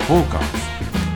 フォーカス。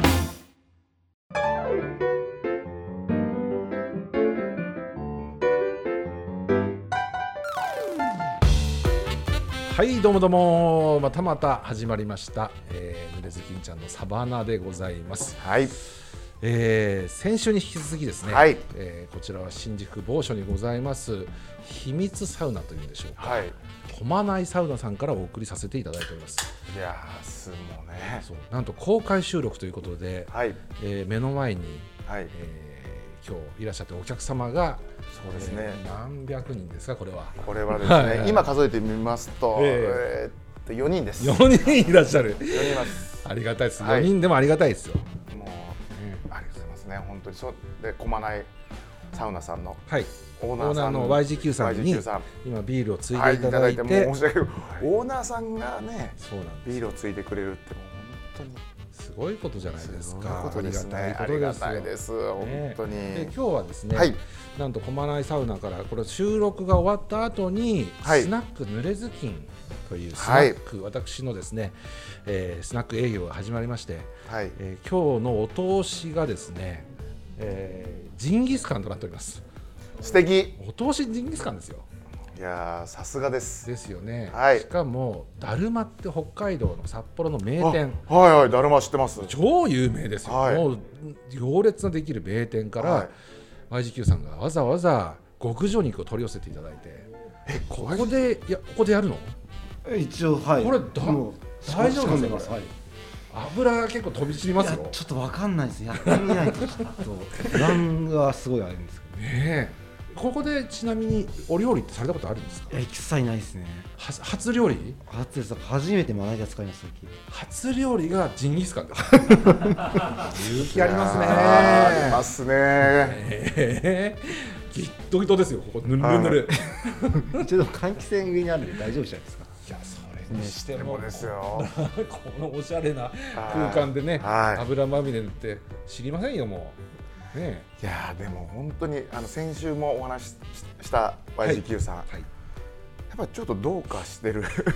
はいどうもどうも、またまた始まりました、濡れずきんちゃんのサバナでございます。 はい、 先週に引き続きですね、 はい、 こちらは新宿某所にございます秘密サウナというんでしょうか、 はい、 駒内サウナさんからお送りさせていただいております。 いやーすもね、 そうなんと公開収録ということで、 はい、 目の前に、 はい、 今日いらっしゃってお客様がそうですね、 何百人ですかこれは。 これはですね、はいはい、今数えてみますと、4人です。 4人いらっしゃる。 4人います。 ありがたいです。 はい、 4人でもありがたいですよ。 もう、ありがとうございますね。本当にそうで駒内サウナさんの、 はい、 オーナーの YGQ さんに今ビールをついていただいて、 もう申し訳ない、オーナーさんがね、 そうなんです。 ビールをついてくれるってもう本当にすごいことじゃないですか。 すごいことですね。ありがたいです。本当に。 で今日はですね、 はい、 なんと駒内サウナからこれ収録が終わった後に、 はい、 スナック濡れずきんというスナック、はい、私のですね、スナック営業が始まりまして、 はい、 今日のお通しがですね、ジンギスカンとなっております。 素敵。 お通しジンギスカンですよ。 いやさすがです。 ですよね。 はい、 しかもだるまって北海道の札幌の名店。 はいはい、だるま知ってます。 超有名ですよ。はい、もう行列のできる名店から、はい、YGQ さんがわざわざ極上肉を取り寄せていただいて、ここでやるの？ 一応はい。 これ大丈夫ですかこれ？はい、油が結構飛び散りますよ。 ちょっとわかんないです。やってみないとちょっと不安がすごいあるんですけどね。ここでちなみにお料理ってされたことあるんですか？ 一切ないですね。 初料理？ 初めてまな板使いました。 初料理がジンギスカンです。勇気ありますね。 ありますね。 ギットギトですよ。ここぬるぬる。 ちょっと換気扇上にあるんで大丈夫じゃないですか。 いやそれにしてもですよ。 このおしゃれな空間でね、油まみれって知りませんよもう。ね、 いやでも本当に先週もお話ししたYGQ さん、はいはい、やっぱりちょっとどうかしてる。そうなん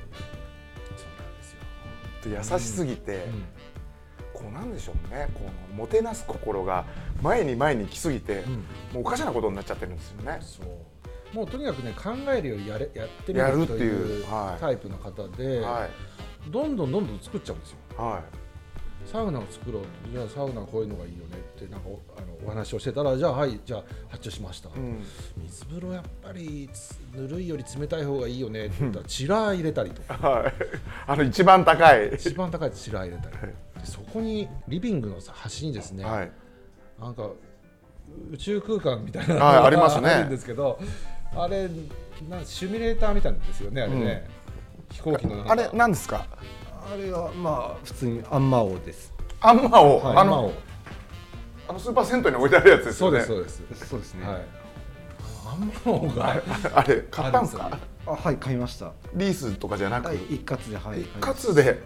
ですよ。優しすぎて、こうなんでしょうね、このもてなす心が前に来すぎて、もうおかしなことになっちゃってるんですよね。 そうもうとにかくね考えるよりやってみるというタイプの方で、どんどん作っちゃうんですよ。はい、サウナを作ろうと、じゃあサウナこういうのがいいよねってなんかお話をしてたら、じゃあはいじゃあ発注しました、水風呂やっぱりぬるいより冷たい方がいいよねって言ったらチラー入れたりとか、 一番高いチラー入れたり、そこにリビングの端にですね、なんか宇宙空間みたいなのがありますね。あるんですけど、あれシミュレーターみたいなんですよね、あれね、飛行機のあれ何ですか？ あれはまあ普通にアンマオです。 アンマオ、スーパー銭湯に置いてあるやつですよね。 そうですね。 アンマオがあれ買ったんですか？ はい、買いました。 リースとかじゃなく、 一括で、 一括で。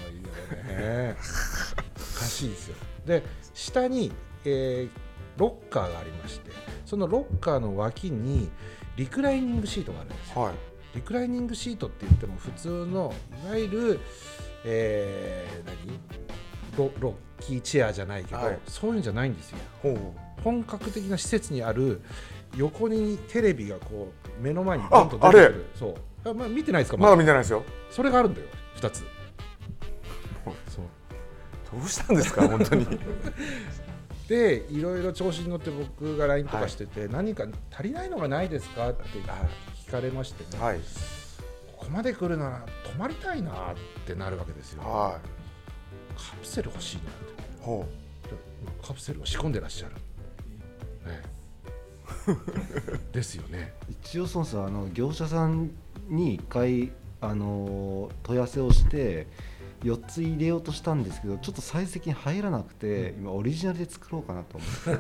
おかしいですよ。で下に、ロッカーがありまして、そのロッカーの脇にリクライニングシートがあるんですよ。リクライニングシートって言っても普通のいわゆるロッキーチェアじゃないけど、そういうんじゃないんですよ。本格的な施設にある横にテレビがこう目の前にドンと出てくる。そう、見てないですか？ まだ見てないですよ。 それがあるんだよ、2つ。 どうしたんですか本当に。 でいろいろ調子に乗って僕が LINE とかしてて、何か足りないのがないですかって聞かれましてね、ここまで来るなら泊まりたいなってなるわけですよ。カプセル欲しいなって、カプセルを仕込んでらっしゃる、ですよね。 一応そう業者さんに1回問い合わせをして4つ入れようとしたんですけど、ちょっとサイズ的に入らなくて、今オリジナルで作ろうかなと思って。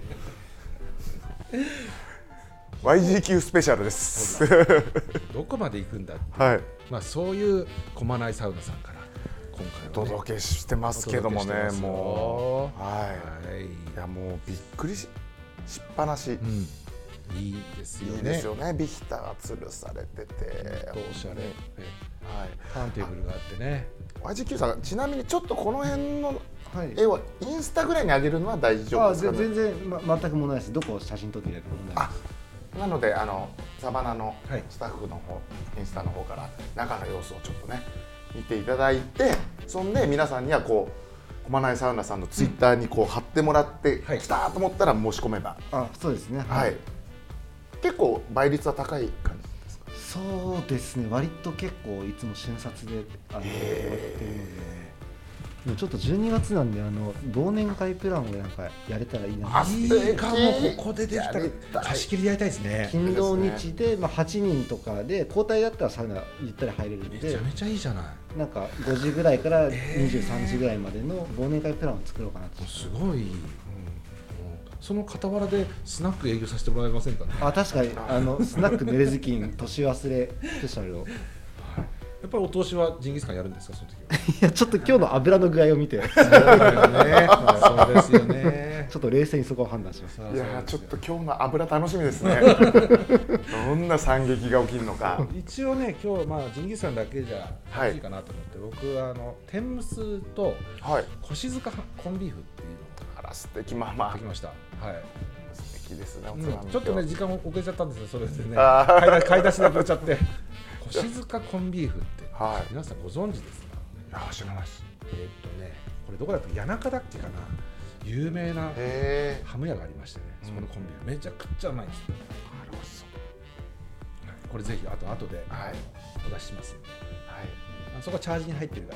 YGQ スペシャルです。 どこまで行くんだって、そういう駒内サウナさんから今回お届けしてますけどもね、もういやもうびっくりしっぱなし。 いいですよね。 いいですよね。ビヒタが吊るされてて、 おしゃれ。 ターンテーブルがあってね。 YGQ さん、ちなみにちょっとこの辺の絵はインスタぐらいに上げるのは大丈夫ですかね？ 全然、全く問題です。どこを写真撮っていただいても問題ないです。 なのでサバナのスタッフの方、インスタの方から中の様子をちょっとね見ていただいて、そんで皆さんにはこう駒内サウナさんのツイッターにこう貼ってもらって、来たと思ったら申し込めば。 そうですね。 はい。結構倍率は高い感じですか？ そうですね。割と結構いつも瞬殺で終わってるので。でもちょっと12月なんで忘年会プランをなんかやれたらいいな。 いいかも。ここでできたら貸し切りでやりたいですね。 金土日で8人とかで交代だったらサウナゆったり入れるんで、 めちゃめちゃいいじゃない。 なんか5時ぐらいから23時ぐらいまでの忘年会プランを作ろうかなと。 すごい。その傍らでスナック営業させてもらえませんかね。 確かにスナック濡れずきん年忘れスペシャルを。 やっぱりお通しはジンギスカンやるんですか、その時は。 いや、ちょっと今日の油の具合を見て。 そうですよね。 ちょっと冷静にそこを判断します。 いや、ちょっと今日の油楽しみですね。どんな惨劇が起きるのか。 一応ね、今日ジンギスカンだけじゃいいかなと思って、僕は天むすと腰塚コンビーフっていうのを素敵ままできました。はい。 素敵ですね。 ちょっとね時間遅れちゃったんですよ、それでね。買い出しで遅れちゃって。腰塚コンビーフって皆さんご存知ですか？ いや、知らないです。 これどこだっけ、谷中だっけかな、有名なハム屋がありましてね、そこのコンビーフめちゃくちゃうまいんですよ。これぜひ後でお出ししますんで、そこはチャージに入ってる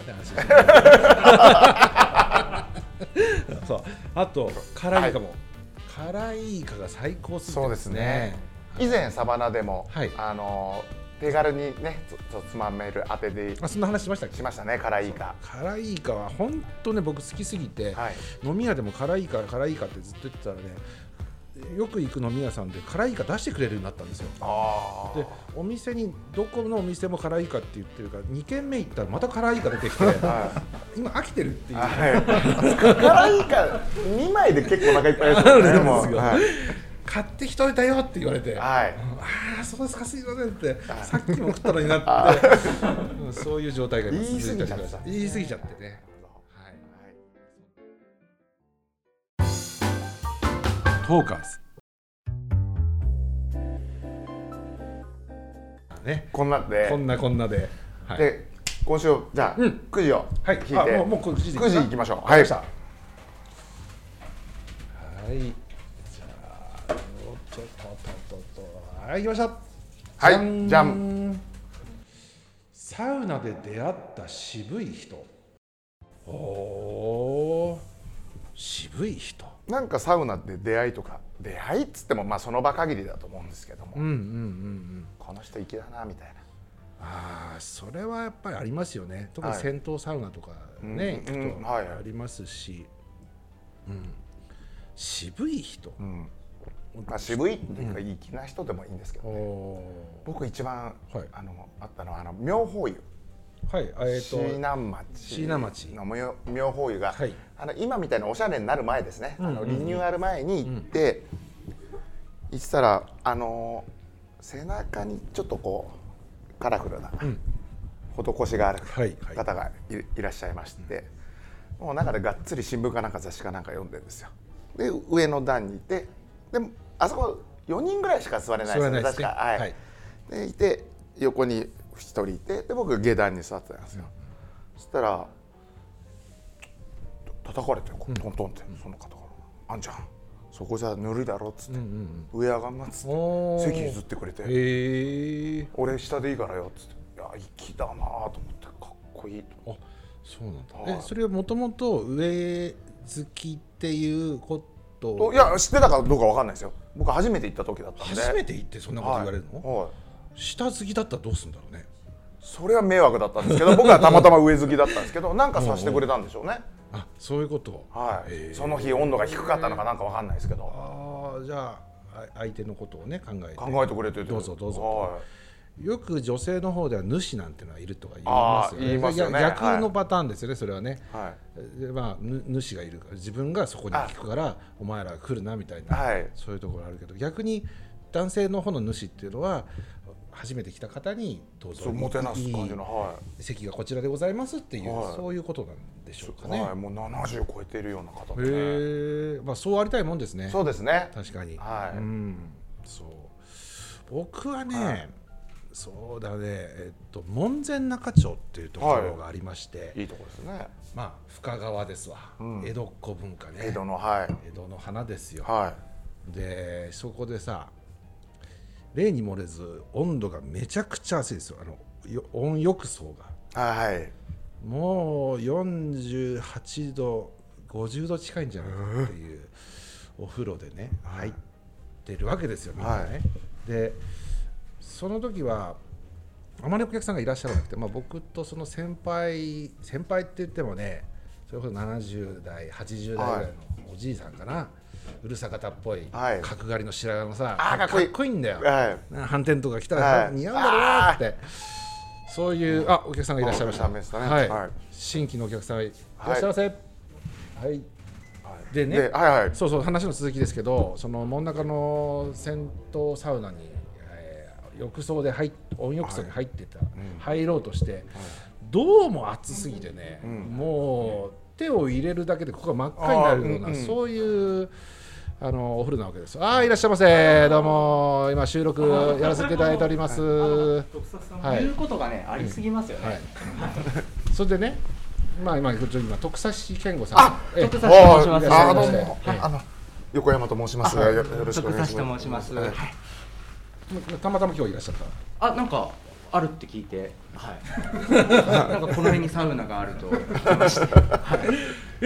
からね。そう、あと辛いイカも、辛いイカが最高すぎてですね。 以前サバナでも手軽にねつまめる当てでそんな話しましたっけ？ しましたね。辛いイカ。 辛いイカは本当ね僕好きすぎて、飲み屋でも辛いイカってずっと言ってたらね、よく行く飲み屋さんで辛いイカ出してくれるようになったんですよ。でお店にどこのお店も辛いイカって言ってるから2軒目行ったらまた辛いイカ出てきて、今飽きてるっていう。 辛いイカ2枚で結構お腹いっぱいですよね。 買ってきといたよって言われて、ああそうですか、すいませんってさっきも食ったのになってそういう状態が言い過ぎちゃってね。トーカーズね、こんなでで今週じゃあ9時を引いてもう9時行きましょう。 はい。はい、行きました。 はい、じゃん。 サウナで出会った渋い人。おー、渋い人。 なんかサウナで出会いとか、出会いっつってもその場限りだと思うんですけども、この人粋だなみたいな。 それはやっぱりありますよね。特に銭湯サウナとかね、行くとありますし、渋い人。 渋いっていうか粋な人でもいいんですけどね。僕一番あったのは妙法湯。椎南町の妙法湯が今みたいなおしゃれになる前ですね。リニューアル前に行ってたら背中にちょっとこうカラフルな施しがある方がいらっしゃいまして、もう中でがっつり新聞かなんか雑誌かなんか読んでるんですよ。で上の段にいて、でもあそこ4人ぐらいしか座れないですよね、確か。でいて横に1人いて、で僕下段に座ってたんですよ。そしたら叩かれてトントンってその方から「あんちゃんそこじゃぬるいだろ」っつって「上上がんな」っつって席譲ってくれて「俺下でいいからよ」っつって「いや粋だな」と思ってかっこいいと思って。 そうなんだ。それはもともと上好きっていうこといや知ってたかどうかわかんないですよ。僕初めて行った時だったんで。 初めて行ってそんなこと言われるの？下好きだったらどうするんだろうね。 それは迷惑だったんですけど僕はたまたま上好きだったんですけど、なんかさせてくれたんでしょうね。 そういうこと。 その日温度が低かったのかなんかわかんないですけど。 じゃあ相手のことをね考えてくれてどうぞどうぞ。よく女性の方では主なんてのはいるとか言いますよね。 言いますよね。 逆のパターンですよね、それはね。主がいるから自分がそこに聞くからお前ら来るなみたいな、そういうところあるけど、逆に男性の方の主っていうのは初めて来た方にどうぞもてなす感じの、 はい、席がこちらでございますっていう、はい、そういうことなんでしょうかね。 はい、もう70超えているような方でね。まあそうありたいもんですね。 そうですね。 確かに。 はい。 そう。僕はね、はい、そうだね、門前仲町っていうところがありまして、はい、いいところですね。 まあ深川ですわ。江戸っ子文化ね。 江戸の、はい。 江戸の花ですよ。 はい。 でそこでさ。例に漏れず温度がめちゃくちゃ暑いですよ。温浴槽が、 はい、 もう48度50度近いんじゃないかっていうお風呂でね、入ってるわけですよみんなね、はい、でその時はあまりお客さんがいらっしゃらなくて、まあ、僕とその先輩って言ってもね、それこそ70代80代ぐらいのおじいさんかな、はい、うるさ方っぽい、はい、角刈りの白髪のさ、かっこいいんだよ、はい、反転とか来たら、はい、似合うんだろうなって、そういうお客さんがいらっしゃいました、ね、はいはい、新規のお客さんいらっしゃいませ、はい、でね、はいはい、そう話の続きですけど、その真ん中の銭湯サウナに、浴槽で温浴槽に入ってた、はい、入ろうとして、はい、どうも暑すぎてね、もう手を入れるだけでここが真っ赤になるような、そういうお風呂なわけです。いらっしゃいませ、どうも今収録やらせていただいております。 言うことがね、ありすぎますよね。はい、 それでね、今徳佐健吾さん、徳佐と申します。 横山と申します。よろしくお願いします。 徳佐と申します。 たまたま今日いらっしゃった。 なんかあるって聞いて、はい、なんかこの辺にサウナがあると聞きまして、はい、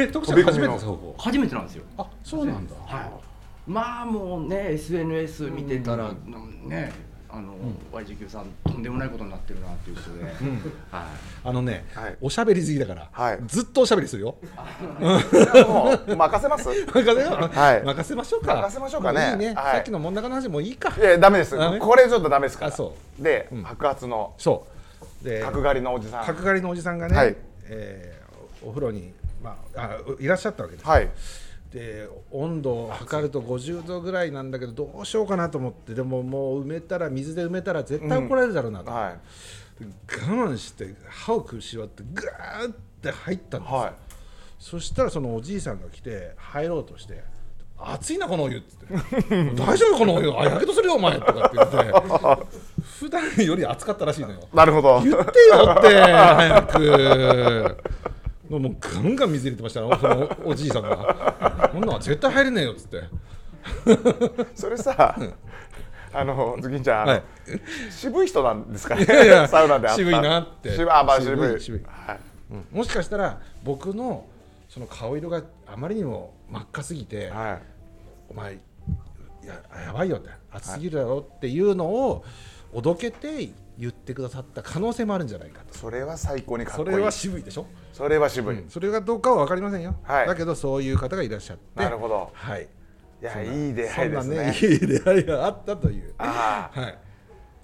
徳さん初めてですか？ 初めてなんですよ。 あ、そうなんだ。 はい。まあもうね SNS 見てたらね、YGQ さんとんでもないことになってるなっていうことで、 はい、おしゃべり好きだから、はい、ずっとおしゃべりするよ。 もう任せます？ 任せましょうか。 任せましょうかね。 いいね。さっきの真ん中の話もいいか。 いやダメです。これちょっとダメですから。で、白髪ので角刈りのおじさん。 角刈りのおじさんがね、お風呂にいらっしゃったわけです。はい。で温度を測ると50度ぐらいなんだけど、どうしようかなと思って、でももう水で埋めたら絶対怒られるだろうなと、我慢して歯を食いしばってガーって入ったんですよ。そしたらそのおじいさんが来て入ろうとして、熱いなこのお湯っつって大丈夫このお湯、やけどするよお前とかって言って普段より熱かったらしいのよ。 なるほど。 言ってよって早くもうガンガン水入れてましたね、そのおじいさんが。こんなの絶対入れねえよっつってそれさ、ズキンちゃん、渋い人なんですかね。サウナであった渋いなって。 渋い。 もしかしたら僕のその顔色があまりにも真っ赤すぎて、お前やばいよって、熱すぎるだろっていうのをおどけて言ってくださった可能性もあるんじゃないかと。 それは最高にかっこいい。 それは渋いでしょ。 それは渋い。 それがどうかは分かりませんよ。だけどそういう方がいらっしゃって。 なるほど。 はい。 いや、いい出会いですね。 いい出会いがあったという。はい。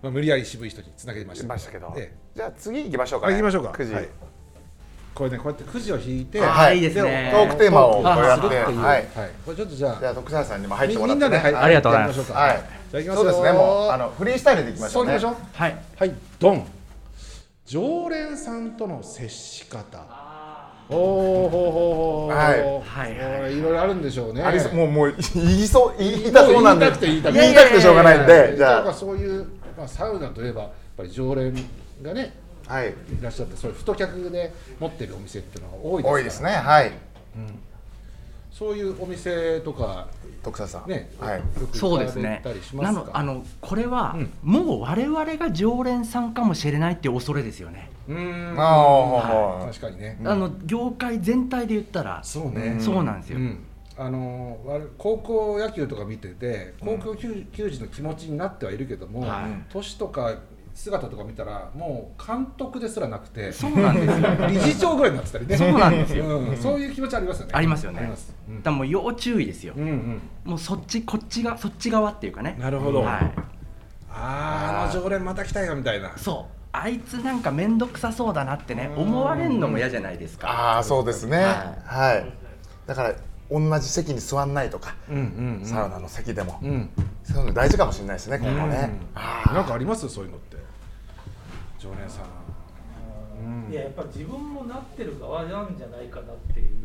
無理やり渋い人につなげましたけど。じゃあ次行きましょうか。 行きましょうか。 くじ。 これね、こうやってくじを引いて、 いいですね。 トークテーマをこうやって、 これちょっとじゃあ徳澤さんにも入ってもらって、 みんなでありがとうございます。 じゃあ行きますよ。 そうですね。もうフリースタイルでいきましょうね。 はいはいドン。常連さんとの接し方。いろいろあるんでしょうね。 もう言いたそうなんで、言いたくてしょうがないんで、 じゃあそういうサウナといえばやっぱり常連がね。いらっしゃって、そういう太客で持ってるお店っていうのは多いですから。 多いですね。はい。 そういうお店とか徳佐さんね、 そうですね。これはもう我々が常連さんかもしれないっていう恐れですよね。 確かにね。 業界全体で言ったらそうなんですよ。 高校野球とか見てて、高校球児の気持ちになってはいるけども、年とか姿とか見たらもう監督ですらなくて、 そうなんですよ。 理事長ぐらいになってたりね。 そうなんですよ。 そういう気持ちありますよね。 ありますよね。だからもう要注意ですよ。もうそっち側っていうかね。 なるほど。あの常連また来たよみたいな。 そう。あいつなんか面倒くさそうだなってね、思われるのも嫌じゃないですか。 ああ、そうですね。はい。だから同じ席に座んないとか、サウナの席でも、そういうの大事かもしれないですね。今後ね。 なんかありますそういうのって。 常連さん。 いや、やっぱ自分もなってる側なんじゃないかなっていう、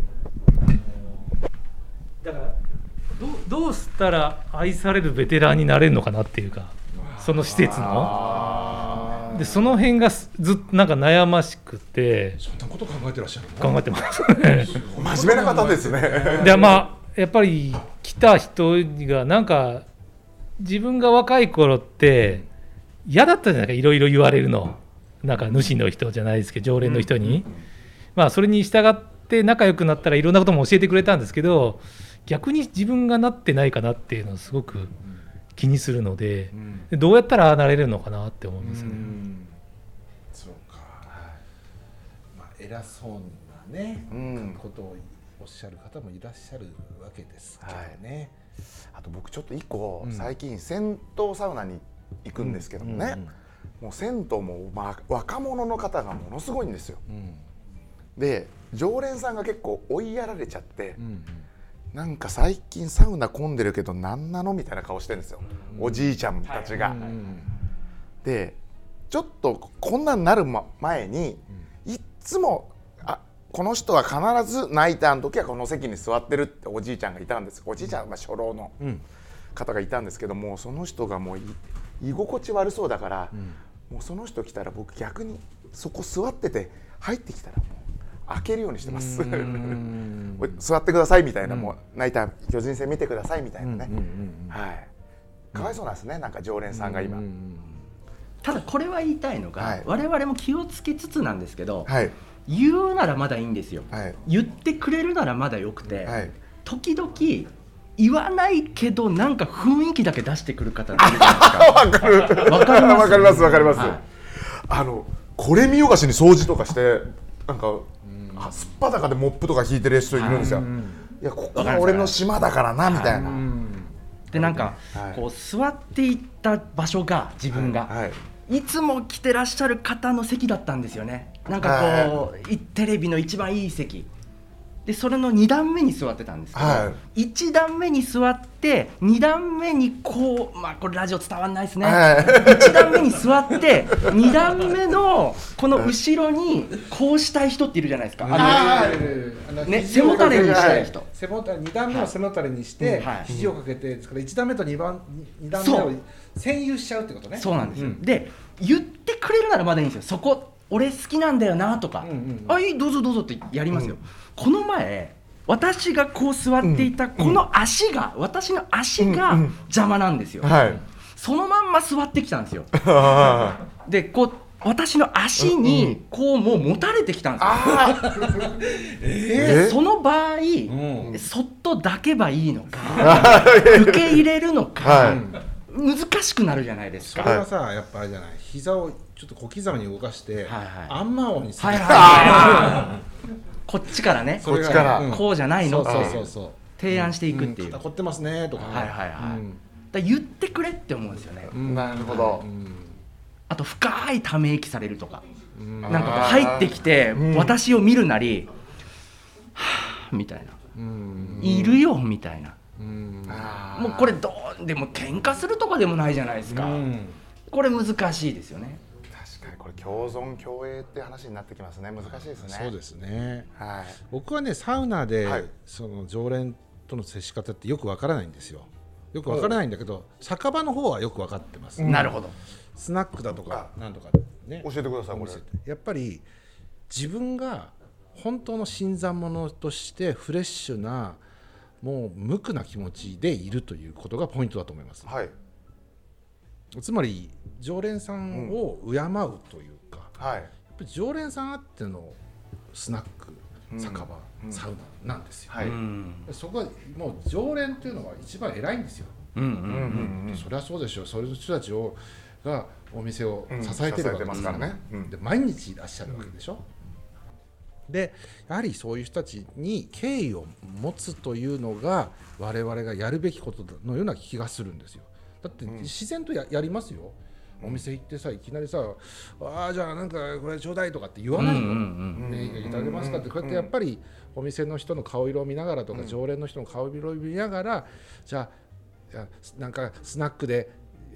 だからどうしたら愛されるベテランになれるのかなっていうか、その施設のでその辺がずっとなんか悩ましくて。 そんなこと考えてらっしゃるの？考えてます真面目な方ですね。 で、まあやっぱり来た人がなんか自分が若い頃って嫌だったじゃないか、いろいろ言われるの。なんか主の人じゃないですけど常連の人に、まあそれに従って仲良くなったらいろんなことも教えてくれたんですけど、逆に自分がなってないかなっていうのをすごく気にするので、どうやったらああなれるのかなって思いますね。 そうか、まあ、偉そうなね、ことをおっしゃる方もいらっしゃるわけですけどね、 あと僕ちょっと一個、最近銭湯サウナに行くんですけどもね、もう銭湯も、若者の方がものすごいんですよ、で常連さんが結構追いやられちゃって、なんか最近サウナ混んでるけど何なのみたいな顔してるんですよ、おじいちゃんたちが、でちょっとこんなになる前に、いっつもこの人は必ずナイターの時はこの席に座ってるっておじいちゃんがいたんです。おじいちゃんは初老の方がいたんですけども、その人がもう居心地悪そうだから、もうその人来たら僕逆にそこ座ってて入ってきたらもう開けるようにしてます座ってくださいみたいな、もうナイター巨人戦見てくださいみたいなね、かわいそうなんですね、なんか常連さんが今。 ただこれは言いたいのが、我々も気をつけつつなんですけど、言うならまだいいんですよ、言ってくれるならまだよくて、時々言わないけどなんか雰囲気だけ出してくる方っているじゃないですか。わかります、 これ見よがしに掃除とかしてなんかすっぱだかでモップとか引いてる人いるんですよ。いや、ここが俺の島だからなみたいな。 でなんかこう座っていった場所が自分がいつも来てらっしゃる方の席だったんですよね。なんかこうテレビの一番いい席で、それの2段目に座ってたんですけど、1段目に座って2段目にこう、これラジオ伝わんないですね、1段目に座って2段目のこの後ろにこうしたい人っているじゃないですか。背もたれにしたい人、 2段目を背もたれにして肘をかけて、1段目と2段目を占有しちゃうってことね。 そうなんですよ、で言ってくれるならまだいいんですよ。そこ俺好きなんだよなとか、いいどうぞどうぞってやりますよ。この前私がこう座っていたこの足が、私の足が邪魔なんですよ、そのまんま座ってきたんですよでこう私の足にこうもう持たれてきたんですよ、でその場合、そっと抱けばいいのか受け入れるのか、難しくなるじゃないですか。 それはさ、やっぱあれじゃない、膝をちょっと小刻みに動かして、アンマー音にする、 こっちからね、 こっちからこうじゃないのって提案していくっていう、 肩凝ってますねとか、 だ言ってくれって思うんですよね。 なるほど。 あと深いため息されるとか、なんか入ってきて私を見るなり、はぁみたいな、いるよみたいな、もうこれどうでも喧嘩するとかでもないじゃないですか。これ難しいですよね。 確かにこれ共存共栄って話になってきますね。難しいですね。 そうですね、僕はねサウナで、その常連との接し方ってよくわからないんですよ。よくわからないんだけど、酒場の方はよくわかってます、 なるほど。 スナックだとかなんとかね、 教えてください。これやっぱり自分が本当の新参者としてフレッシュな、もう無垢な気持ちでいるということがポイントだと思います、つまり常連さんを敬うというか、やっぱり常連さんあってのスナック、酒場、サウナなんですよ、そこはもう常連というのは一番偉いんですよ。そりゃそうでしょう。そういう人たちがお店を支えてるわけですからね、で毎日いらっしゃるわけでしょ、でやはりそういう人たちに敬意を持つというのが我々がやるべきことのような気がするんですよ。だって自然と やりますよ。お店行ってさ、いきなりさ、じゃあなんかこれちょうだいとかって言わないの、いただけますかって、こうやってやっぱりお店の人の顔色を見ながらとか、常連の人の顔色を見ながら、じゃあなんかスナックで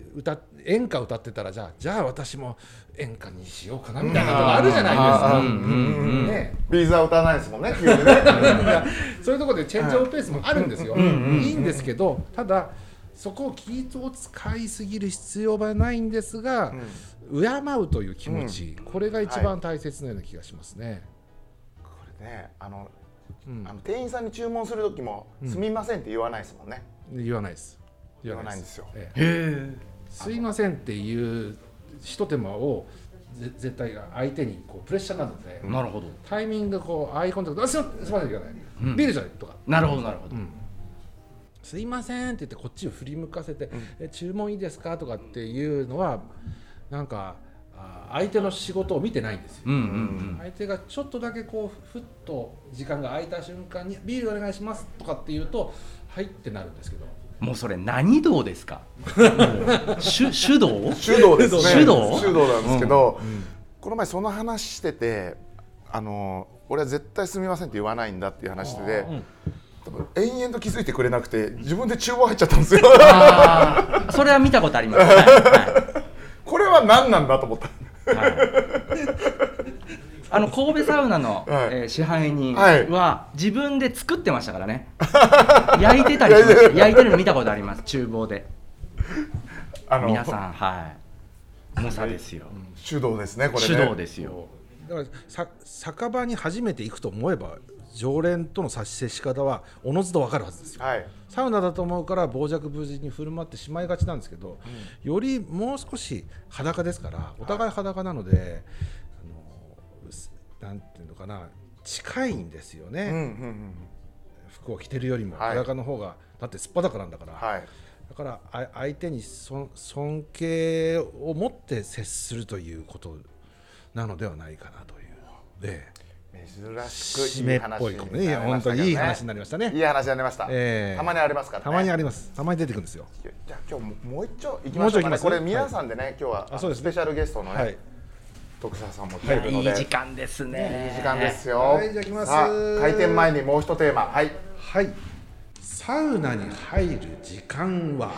演歌歌ってたらじゃあ私も演歌にしようかなみたいなのがあるじゃないですか。 ビーズは歌わないですもんね。急にねそういうところでチェンジオブペースもあるんですよ。いいんですけど、ただそこを気を使いすぎる必要はないんですが、敬うという気持ち、これが一番大切なような気がしますね。 これね、店員さんに注文する時もすみませんって言わないですもんね。 言わないです。 言わないんですよ。 すいませんっていう一手間を絶対相手にこうプレッシャーなので、 なるほど、 タイミングこうアイコンタクト、すいません言わない、ビールじゃないとか、 なるほどなるほど、 すいませんって言ってこっちを振り向かせて、注文いいですかとかっていうのはなんか相手の仕事を見てないんですよ。相手がちょっとだけこうふっと時間が空いた瞬間にビールお願いしますとかっていうとはいってなるんですけど、 もうそれ何道ですか？手動？ 手動ですね。 手動なんですけど、この前その話してて、俺は絶対すみませんって言わないんだっていう話してて、多分延々と気づいてくれなくて自分で厨房入っちゃったんですよ。 それは見たことあります。 これは何なんだと思った。 神戸サウナの、支配人は自分で作ってましたからね。焼いてたりしました。焼いてるの見たことあります、厨房で。皆さん、猛者ですよ。 手動ですね、これね。 手動ですよ。 だから酒場に初めて行くと思えば常連との接し方はおのずと分かるはずですよ。サウナだと思うから傍若無人に振る舞ってしまいがちなんですけど、よりもう少し裸ですからお互い裸なので、なんていうのかな、近いんですよね。服を着てるよりも裸の方が、だってすっぱだかなんだから、だから相手に尊敬を持って接するということなのではないかなという。 珍しくいい話になりましたね。いや本当にいい話になりましたね。 いい話になりました。たまにありますからね。 たまにあります。たまに出てくるんですよ。 じゃあ今日もう一丁行きましょうかね。これ皆さんでね、今日はスペシャルゲストのね、徳澤さんも来てるので、 いい時間ですね。 いい時間ですよ。 じゃあ行きます。 開店前にもう一テーマ。はい。 サウナに入る時間は。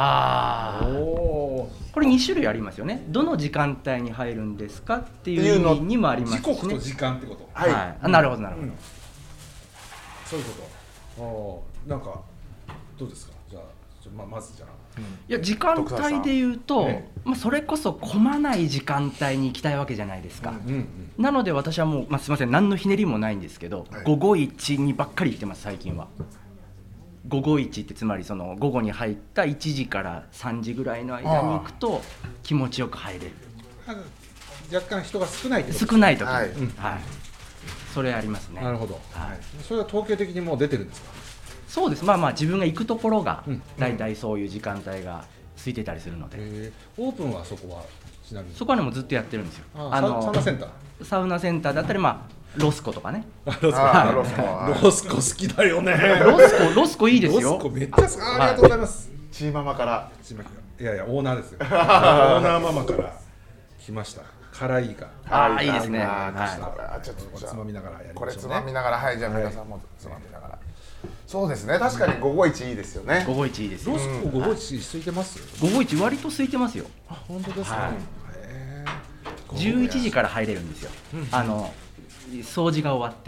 これ2種類ありますよね。どの時間帯に入るんですかっていう意味にもありますしね。 時刻と時間ってこと。 なるほどなるほど。 そういうこと。なんかどうですか。じゃあまずじゃあ。 いや時間帯で言うと、それこそ混まない時間帯に行きたいわけじゃないですか。なので私はもう、すいません、何のひねりもないんですけど、午後1にばっかり行ってます最近は。午後1ってつまりその午後に入った1時から3時ぐらいの間に行くと気持ちよく入れる。 若干人が少ない少ない時に、それありますね。 なるほど。それは統計的にもう出てるんですか。 そうです。自分が行くところがだいたいそういう時間帯が空いてたりするので。 オープンはそこはちなみに。 そこはもうずっとやってるんですよ。 サウナセンター。 サウナセンターだったりロスコとかね。 ロスコ好きだよね。 ロスコいいですよ。 ロスコめっちゃ好き。ありがとうございます。 チーママから。 いやオーナーですよ。オーナーママから来ました。辛いか。 いいですね。 ちょっとつまみながらやりましょうね。 これつまみながら、じゃあ皆さんもつまみながら。そうですね。確かに午後1いいですよね。 午後1いいです。 ロスコ午後1空いてます？ 午後1割と空いてますよ。 本当ですか。 11時から入れるんですよ。掃除が終わって、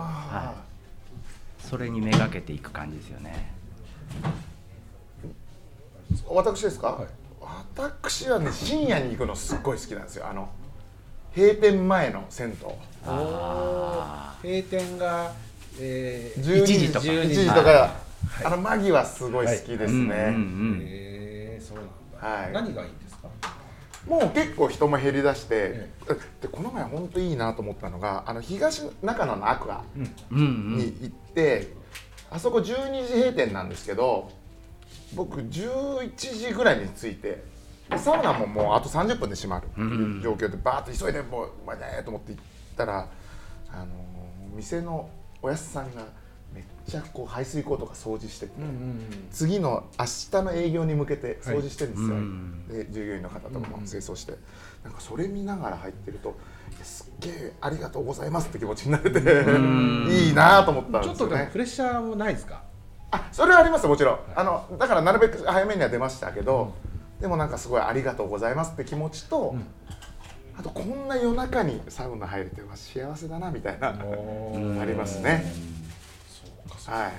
それにめがけていく感じですよね。 私ですか？私はね、深夜に行くのすっごい好きなんですよ。閉店前の銭湯。 閉店が 12時とか1時とか、間際すごい好きですね。 そうなんだ。何がいいんですか？ もう結構人も減りだして、でこの前本当いいなと思ったのが東中野のアクアに行って、あそこ12時閉店なんですけど、僕11時ぐらいに着いて、サウナももうあと30分で閉まるっていう状況でバーッと急いでもうまいねと思って行ったら、店のおやすさんがめっちゃこう排水溝とか掃除してて、次の明日の営業に向けて掃除してるんですよ。で従業員の方とかも清掃して、なんかそれ見ながら入ってると、すっげえありがとうございますって気持ちになれていいなと思ったんですよね。 ちょっとプレッシャーもないですか？ それはあります、もちろん。だからなるべく早めには出ましたけど、 でもなんかすごいありがとうございますって気持ちと、あとこんな夜中にサウナ入れて幸せだなみたいなありますね。 そうかそうか。はい。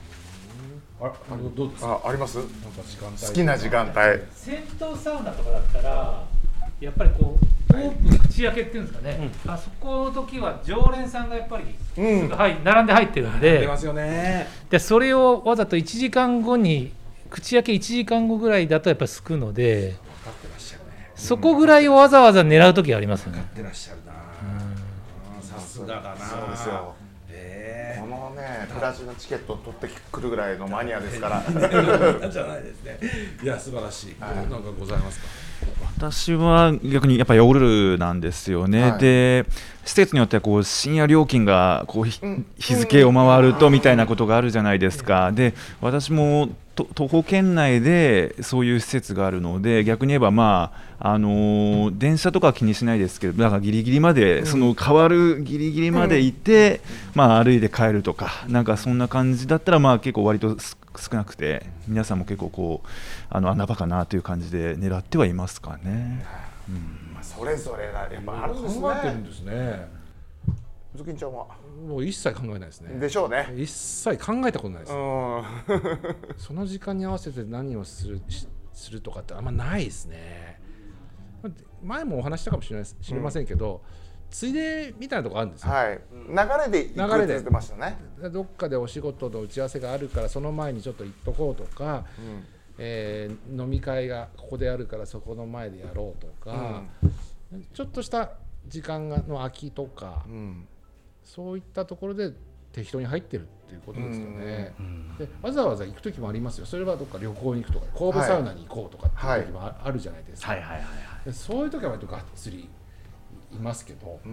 どうですか？ あります？なんか時間帯。 好きな時間帯。 銭湯サウナとかだったらやっぱりこうオープン口開けっていうんですかね。あそこの時は常連さんがやっぱり並んで入ってるんで。 出ますよね。 でそれをわざと1時間後に口開け1時間後ぐらいだとやっぱりすくので。そこぐらいをわざわざ狙う時がありますよね。 分かってらっしゃるな。さすがだな。 そうですよ。このね、プラチナチケットを取ってくるぐらいのマニアですから。 じゃないですね。いや素晴らしい。なんかございますか。 私は逆にやっぱ夜なんですよね。で、施設によってはこう深夜料金がこう日付を回るとみたいなことがあるじゃないですか。で、私も徒歩圏内でそういう施設があるので、逆に言えば電車とかは気にしないですけど、だからギリギリまでその変わるギリギリまで行って、歩いて帰るとか、なんかそんな感じだったら結構割と少なくて、皆さんも結構こう穴場かなという感じで狙ってはいますかね。 それぞれやっぱあるんですね。 考えてるんですね。 ズキンちゃんはもう一切考えないですね。 でしょうね。 一切考えたことないです。その時間に合わせて何をするとかってあんまないですね。前もお話したかもしれませんけど、ついでみたいなとこあるんですよ。 はい。流れで行くって言ってましたね。 どっかでお仕事の打ち合わせがあるからその前にちょっと行っとこうとか、飲み会がここであるからそこの前でやろうとか、ちょっとした時間の空きとか、そういったところで適当に入ってるっていうことですよね。でわざわざ行く時もありますよ。それはどっか旅行に行くとか神戸サウナに行こうとかっていう時もあるじゃないですか。そういう時は割とがっつりいますけど、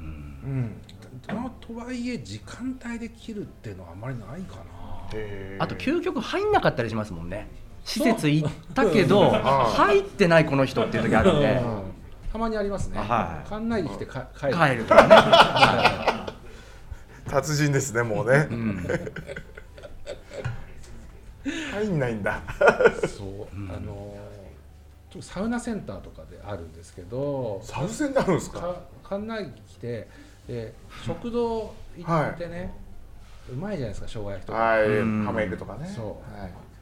とはいえ時間帯で切るっていうのはあんまりないかな。 あと究極入んなかったりしますもんね。施設行ったけど入ってないこの人っていう時あるんで、 たまにありますね。館内着て帰るとかね。 達人ですね、もうね。入んないんだ。 そう、サウナセンターとかであるんですけど。 サウセンであるんですか。 館内着て食堂行ってね、うまいじゃないですか、生姜焼きとか。 ハムエッグとかね。 そう。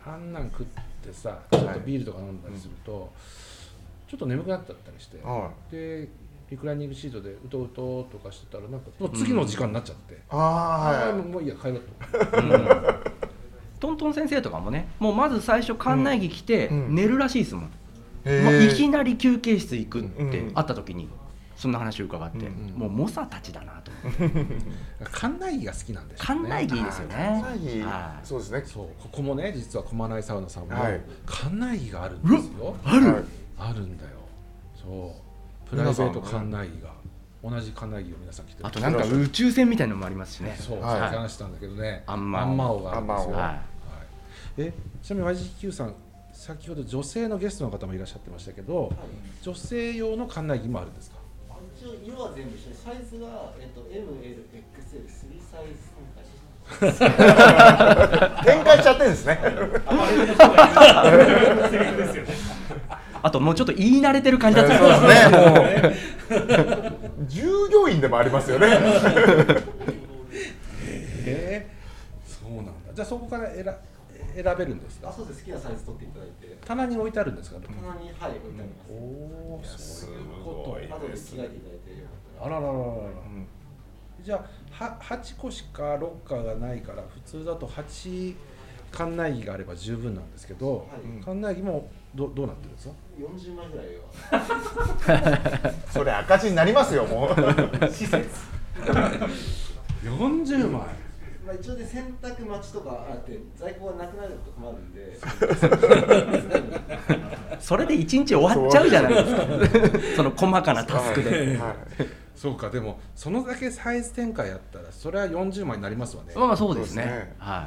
あんなん食ってさ、ちょっとビールとか飲んだりすると、ちょっと眠くなっちゃったりして、でリクライニングシートでうとうととかしてたら、なんかもう次の時間になっちゃって、もういいや帰ろうと。 トントン先生とかもね、もうまず最初館内着着て寝るらしいですもん。いきなり休憩室行くって会った時にそんな話を伺って、もう猛者たちだなと思って。 館内着が好きなんでしょうね。 館内着いいですよね。 そうですね。 そう、ここもね、実は駒内サウナさんも館内着があるんですよ。あるんだよ。そう、プライベート館内着が同じ館内着を皆さん着てる。 あとなんか宇宙船みたいなのもありますしね。 そう、話したんだけどね、 アンマオがあるんですよ。ちなみに YGQ さん、先ほど女性のゲストの方もいらっしゃってましたけど、女性用の館内着もあるんですか？ 一応色は全部一緒で、サイズがML、XL、3サイズ展開しちゃってるんですね。 あともうちょっと言い慣れてる感じだったそうですね。もう従業員でもありますよね。 そうなんだ。じゃあそこから選べるんですか？ そうです。好きなサイズ取っていただいて。 棚に置いてあるんですか？ 棚に置いてあります。 おお、そういうこと。 後で着替えていただいて。 あららららら。じゃあ8個しかロッカーがないから、普通だと8館内着があれば十分なんですけど、館内着もどうなってるんですか ？40枚ぐらいは。 それ赤字になりますよ、もう。 施設。 40枚。 一応で洗濯待ちとかあって在庫がなくなると困るんで。 それで1日終わっちゃうじゃないですか。その細かなタスクで。 そうか、でもそのだけサイズ展開やったらそれは40枚になりますわね。 まあそうですね。はい。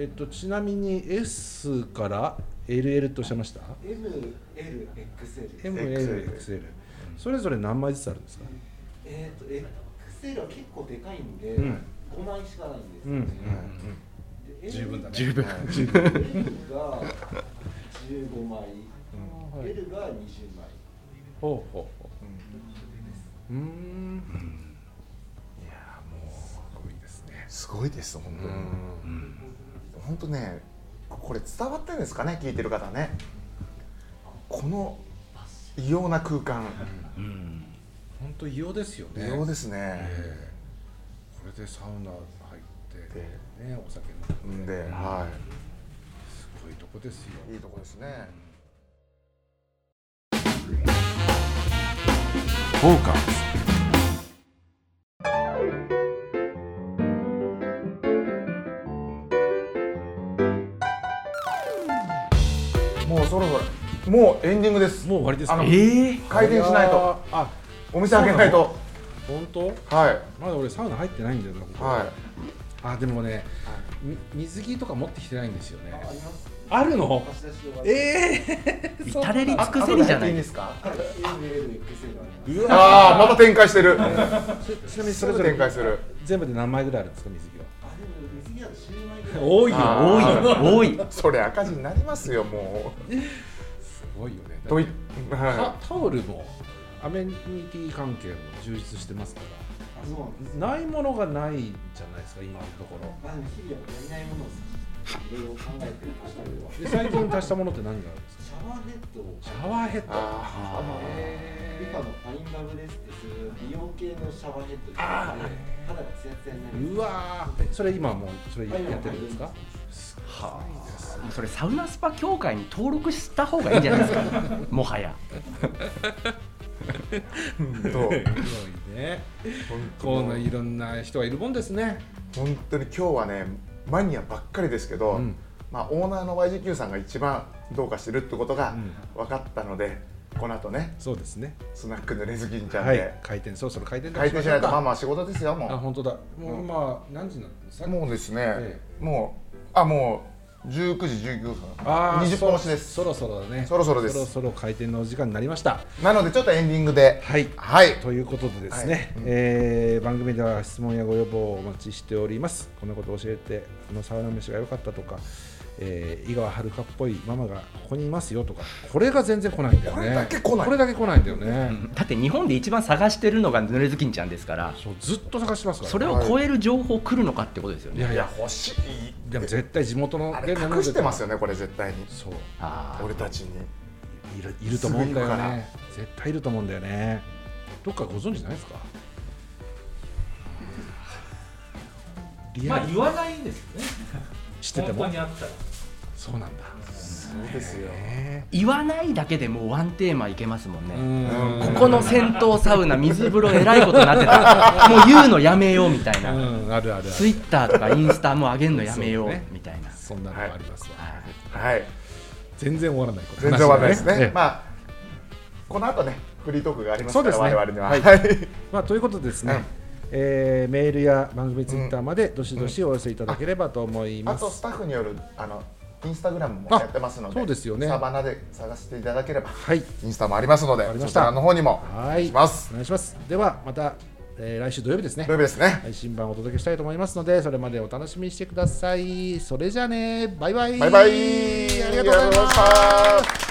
ちなみに S から LL とおっしゃいました？ ML、XL。 それぞれ何枚ずつあるんですか ？XL は結構でかいんで、5枚しかないんですよね。 十分だね。 十分。 L が15枚。 L が20枚。 ほうほうほう。いやもうすごいですね。 すごいです本当に。本当ね、これ伝わってるんですかね、聞いてる方ね。この異様な空間。 本当異様ですよね。 異様ですね。 これでサウナ入ってね、お酒飲んで、すごいとこですよ。 いいとこですね。 フォーカス。 もうそろそろもうエンディングです。 もう終わりですか。 開店しないと、お店開けないと。 本当？ はい。 まだ俺サウナ入ってないんだよな。はい。でもね、水着とか持ってきてないんですよね。あるの？ 至れり尽くせりじゃないですか。 うわ、また展開してる。 ちなみにそれぞれ展開する。 全部で何枚ぐらいあるんですか、水着は？ 水着は10枚ぐらい。 多い。 それ赤字になりますよ、もう。 すごいよね。タオルもアメニティ関係も充実してますから。ないものがないじゃないですか、今のところ。 日々は足りないものをいろいろ考えて足したりは。 で最近足したものって何があるんですか？ シャワーヘッド。 シャワーヘッド。 リファのファインバブレスっていう美容系のシャワーヘッドで肌がツヤツヤになる。 うわー、それ今もうそれやってるんですか？ それサウナスパ協会に登録した方がいいんじゃないですか。もはや。 すごいね。こんないろんな人がいるもんですね。 本当に今日はね、マニアばっかりですけど、オーナーの YGQ さんが一番どうかしてるってことが分かったので、この後ね、 そうですね、 スナックのレズキンちゃんで、 そろそろ開店しないと、まあ仕事ですよ、もう。 本当だ。もう今何時なんですか？ もうですね、もう19時19分、20分押しです。 そろそろだね。 そろそろです。 そろそろ開店のお時間になりました。 なのでちょっとエンディングで、 ということでですね、番組では質問やご要望をお待ちしております。こんなこと教えて、このサウナ飯が良かったとか、井川遥っぽいママがここにいますよとか、これが全然来ないんだよね。これだけ来ないんだよね。 だって日本で一番探してるのが濡れずきんちゃんですから。 ずっと探してますから。 それを超える情報来るのかってことですよね。 いや欲しい。 でも絶対地元の隠してますよね、これ絶対に。 そう。 俺たちにいると思うんだよね。絶対いると思うんだよね。どっかご存知ないですか？ まあ言わないんですよね。 知ってても。 本当にあったら。 そうなんだ。 そうですよ。 言わないだけでもうワンテーマいけますもんね。ここの銭湯サウナ水風呂えらいことになってた。もう言うのやめようみたいな。 あるある。 ツイッターとかインスタも上げるのやめようみたいな。 そんなのありますわ。 はい。 全然終わらない。 全然終わらないですね。まあこの後ねフリートークがありますから我々には。 まあということでですね。メールや番組ツイッターまでどしどしお寄せいただければと思います。 あとスタッフによるインスタグラムもやってますので、 そうですよね。 サバナで探していただければ、インスタもありますので、そちらの方にもお願いします。 お願いします。ではまた来週土曜日ですね。 土曜日ですね。 配信版をお届けしたいと思いますので、それまでお楽しみにしてください。それじゃあね、バイバイ。 バイバイ。 ありがとうございました。